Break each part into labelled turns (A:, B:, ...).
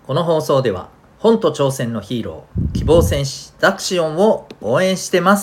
A: この放送では本と挑戦のヒーロー、希望戦士ザクシオンを応援してます。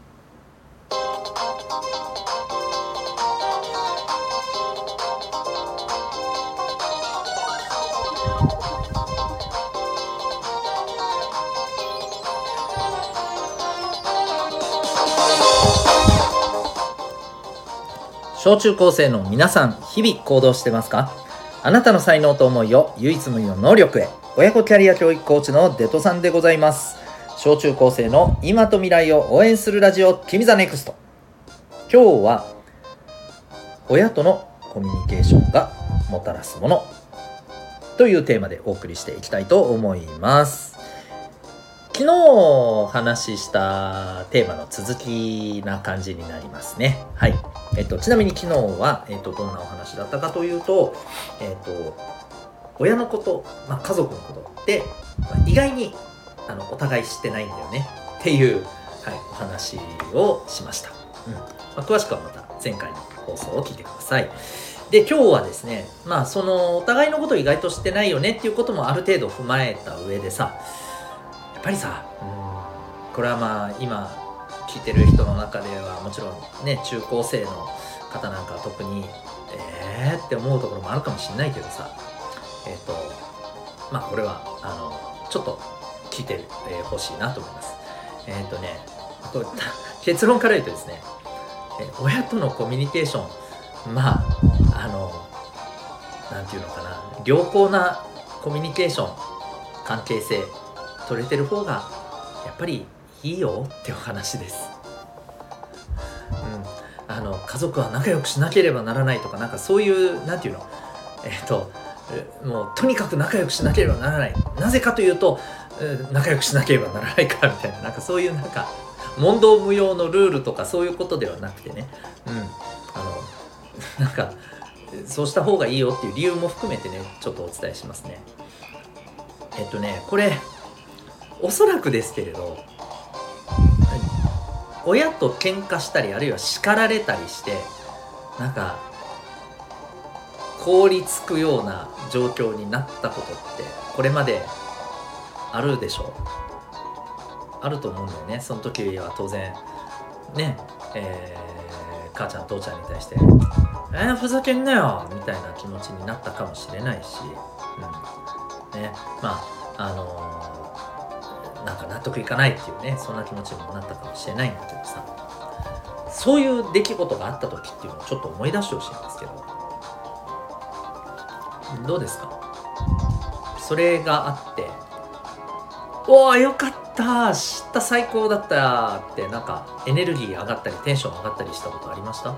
A: 小中高生の皆さん、日々行動してますか？あなたの才能と思いを唯一無二の能力へ。親子キャリア教育コーチのデトさんでございます。小中高生の今と未来を応援するラジオ、君ザネクスト。今日は親とのコミュニケーションがもたらすものというテーマでお送りしていきたいと思います。昨日お話ししたテーマの続きな感じになりますね。はい。ちなみに昨日は、どんなお話だったかというと、親のこと、家族のことって、意外にお互い知ってないんだよねっていう、お話をしました。詳しくはまた前回の放送を聞いてください。で、今日はですね、そのお互いのことを意外と知ってないよねっていうこともある程度踏まえた上でさ、やっぱりさ、これは今聞いてる人の中ではもちろんね、中高生の方なんかは特にって思うところもあるかもしれないけどさ、これはちょっと聞いてほしいなと思います。これ結論から言うとですね、親とのコミュニケーション、なんていうのかな、良好なコミュニケーション、関係性取れてる方がやっぱりいいよってお話です。家族は仲良くしなければならないとか、なんかそういうなんていうの、もうとにかく仲良くしなければならない。なぜかというと、仲良くしなければならないからみたいな、なんかそういうなんか問答無用のルールとかそういうことではなくてね、なんかそうした方がいいよっていう理由も含めてね、ちょっとお伝えしますね。これおそらくですけれど、親と喧嘩したり、あるいは叱られたりして、なんか凍りつくような状況になったことってこれまであるでしょう。あると思うんだよね。その時は当然ね、母ちゃん父ちゃんに対してふざけんなよみたいな気持ちになったかもしれないし、なんか納得いかないっていうね、そんな気持ちにもなったかもしれないんだけどさ、そういう出来事があった時っていうのをちょっと思い出してほしいんですけど、どうですか？それがあって、おーよかった、知った、最高だったって、なんかエネルギー上がったりテンション上がったりしたことありました？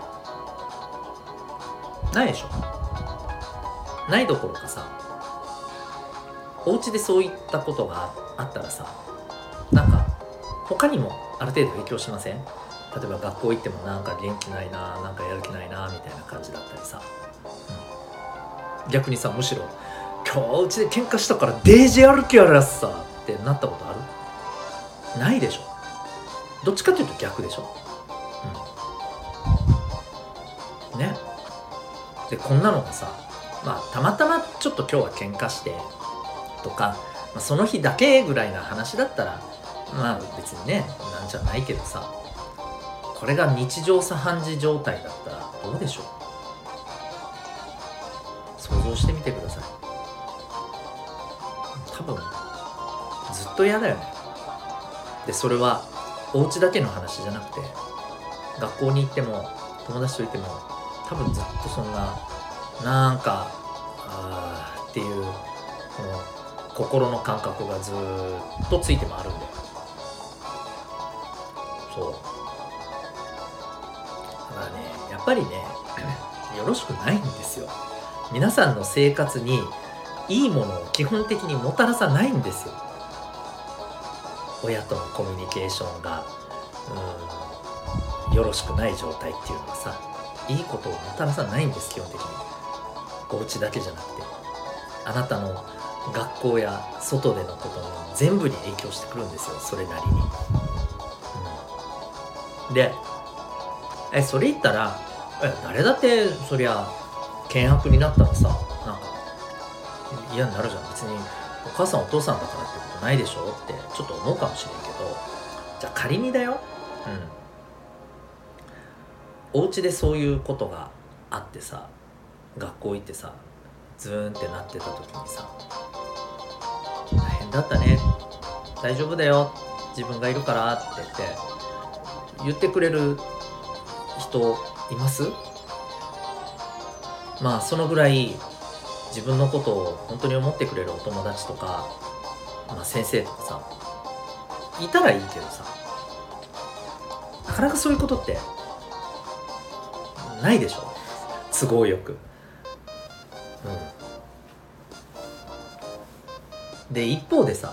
A: ないでしょ。ないどころかさ、お家でそういったことがあったらさ、なんか他にもある程度影響しません？例えば学校行ってもなんか元気ないな、なんかやる気ないなみたいな感じだったりさ、逆にさ、むしろ今日うちで喧嘩したからデージやる気やらっさってなったことある？ないでしょ。どっちかというと逆でしょ。ね。で、こんなのがさ、たまたまちょっと今日は喧嘩してとか、その日だけぐらいな話だったら別にね、なんじゃないけどさ、これが日常茶飯事状態だったらどうでしょう。想像してみてください。多分ずっと嫌だよね。で、それはお家だけの話じゃなくて、学校に行っても友達といても多分ずっとそんな、なんかっていうこの心の感覚がずっとついて回るんだよ。そうだからね、やっぱりねよろしくないんですよ。皆さんの生活にいいものを基本的にもたらさないんですよ。親とのコミュニケーションがよろしくない状態っていうのはさ、いいことをもたらさないんです。基本的にお家だけじゃなくて、あなたの学校や外でのことに全部に影響してくるんですよ、それなりに。で、それ言ったら誰だってそりゃ険悪になったらさ、なんか嫌になるじゃん。別にお母さんお父さんだからってことないでしょってちょっと思うかもしれんけど、じゃあ仮にだよ、お家でそういうことがあってさ、学校行ってさズーンってなってた時にさ、大変だったね、大丈夫だよ、自分がいるからって言ってくれる人います？まあそのぐらい自分のことを本当に思ってくれるお友達とか、先生とかさいたらいいけどさ、なかなかそういうことってないでしょ、都合よく。で一方でさ、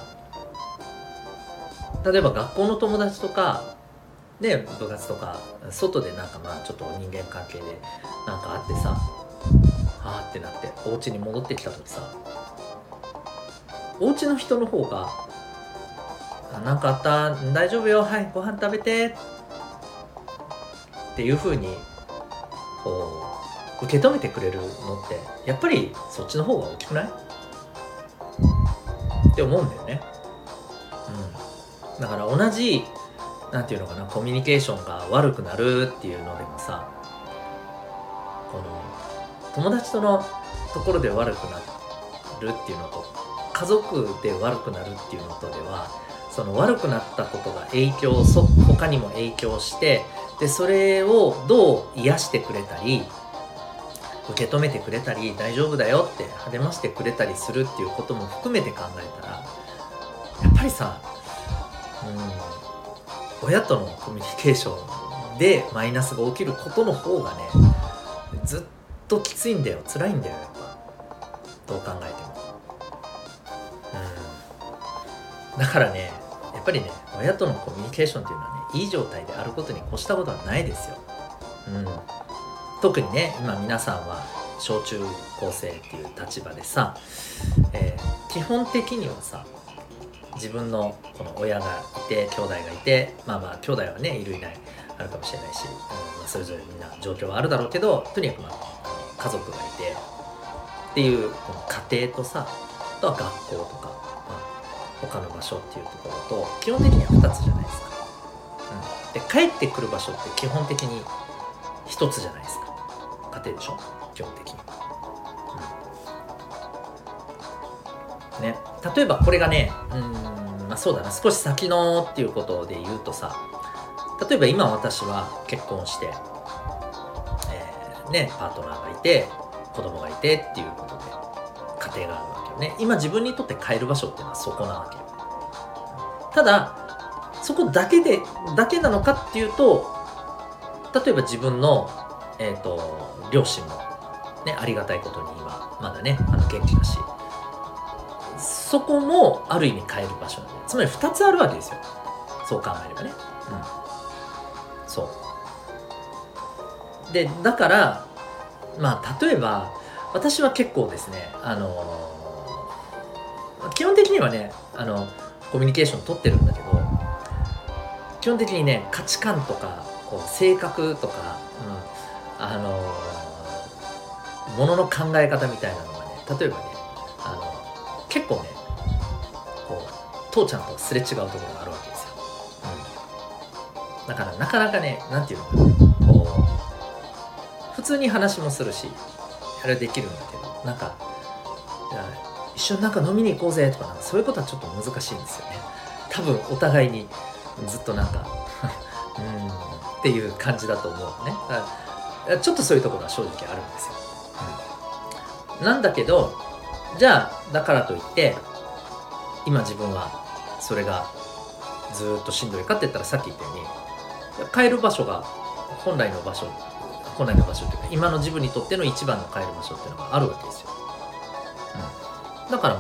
A: 例えば学校の友達とかで部活とか外でなんかちょっと人間関係でなんかあってさ、あーってなってお家に戻ってきた時さ、お家の人の方がなんかあった、大丈夫よ、はいご飯食べてっていう風にこう受け止めてくれるのってやっぱりそっちの方が大きくないって思うんだよね。だから同じなんていうのかな、コミュニケーションが悪くなるっていうのでもさ、この友達とのところで悪くなるっていうのと家族で悪くなるっていうのとでは、その悪くなったことが他にも影響して、でそれをどう癒してくれたり受け止めてくれたり大丈夫だよって励ましてくれたりするっていうことも含めて考えたら、やっぱりさ、親とのコミュニケーションでマイナスが起きることの方がね、ずっときついんだよ、辛いんだよ、やっぱどう考えても。だからね、やっぱりね、親とのコミュニケーションっていうのはね、いい状態であることに越したことはないですよ。特にね、今皆さんは小中高生っていう立場でさ、基本的にはさ、自分のこの親がいて兄弟がいて、兄弟はねいるいないあるかもしれないし、それぞれみんな状況はあるだろうけど、とにかく家族がいてっていうこの家庭とさ、あとは学校とか、他の場所っていうところと基本的には2つじゃないですか。で帰ってくる場所って基本的に1つじゃないですか。家庭でしょ、基本的に。ね、例えばこれがね、そうだな、少し先のっていうことで言うとさ、例えば今私は結婚して、パートナーがいて子供がいてっていうことで家庭があるわけよね。今自分にとって帰る場所っていうのはそこなわけよ。ただそこだけなのかっていうと、例えば自分の、両親もね、ありがたいことに今まだね元気だし、そこもある意味変える場所なんで、つまり2つあるわけですよ、そう考えればね。そうで、だから例えば私は結構ですね、基本的にはねコミュニケーション取ってるんだけど、基本的にね価値観とかこう性格とか、ものの考え方みたいなのがね、例えばね結構ねこう父ちゃんとすれ違うところがあるわけですよ。だからなかなかね、なんていうのかな、こう普通に話もするしあれできるんだけど、なんか一緒になんか飲みに行こうぜとか、そういうことはちょっと難しいんですよね。多分お互いにずっとなんかっていう感じだと思うのね。だからちょっとそういうところは正直あるんですよ。なんだけど、じゃあだからといって今自分はそれがずっとしんどいかって言ったら、さっき言ったように帰る場所が本来の場所っていうか、今の自分にとっての一番の帰る場所っていうのがあるわけですよ。だから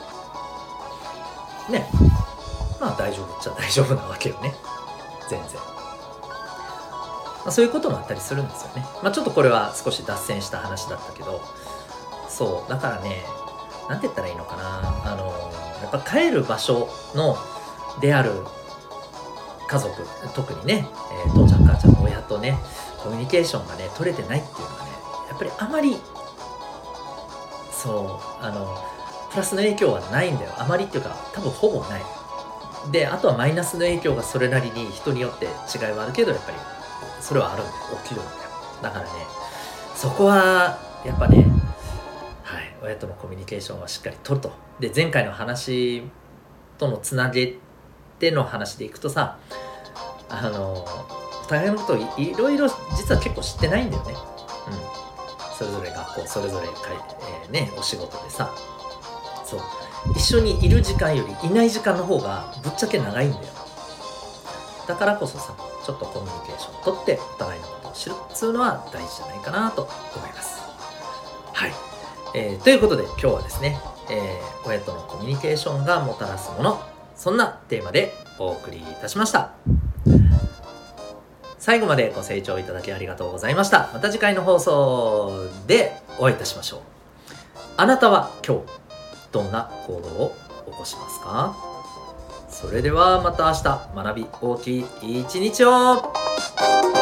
A: 大丈夫っちゃ大丈夫なわけよね、全然。そういうこともあったりするんですよね。ちょっとこれは少し脱線した話だったけど、そうだからね、なんて言ったらいいのかな、やっぱ帰る場所である家族、特にね、父ちゃん母ちゃんの親とねコミュニケーションがね取れてないっていうのはね、やっぱりあまりプラスの影響はないんだよ。あまりっていうか多分ほぼない。であとはマイナスの影響がそれなりに人によって違いはあるけど、やっぱりそれはあるんだよ。起きるんだよ。だからね、そこはやっぱね、はい、親とのコミュニケーションはしっかり取ると。で前回の話とのつなげての話でいくとさ、お互いのことをいろいろ実は結構知ってないんだよね。それぞれ学校、それぞれお仕事でさ、そう一緒にいる時間よりいない時間の方がぶっちゃけ長いんだよ。だからこそさ、ちょっとコミュニケーションを取ってお互いのことを知るっつうのは大事じゃないかなと思います。はい、ということで今日はですね、親とのコミュニケーションがもたらすもの、そんなテーマでお送りいたしました。最後までご清聴いただきありがとうございました。また次回の放送でお会いいたしましょう。あなたは今日どんな行動を起こしますか？それではまた明日、学び大きい一日を。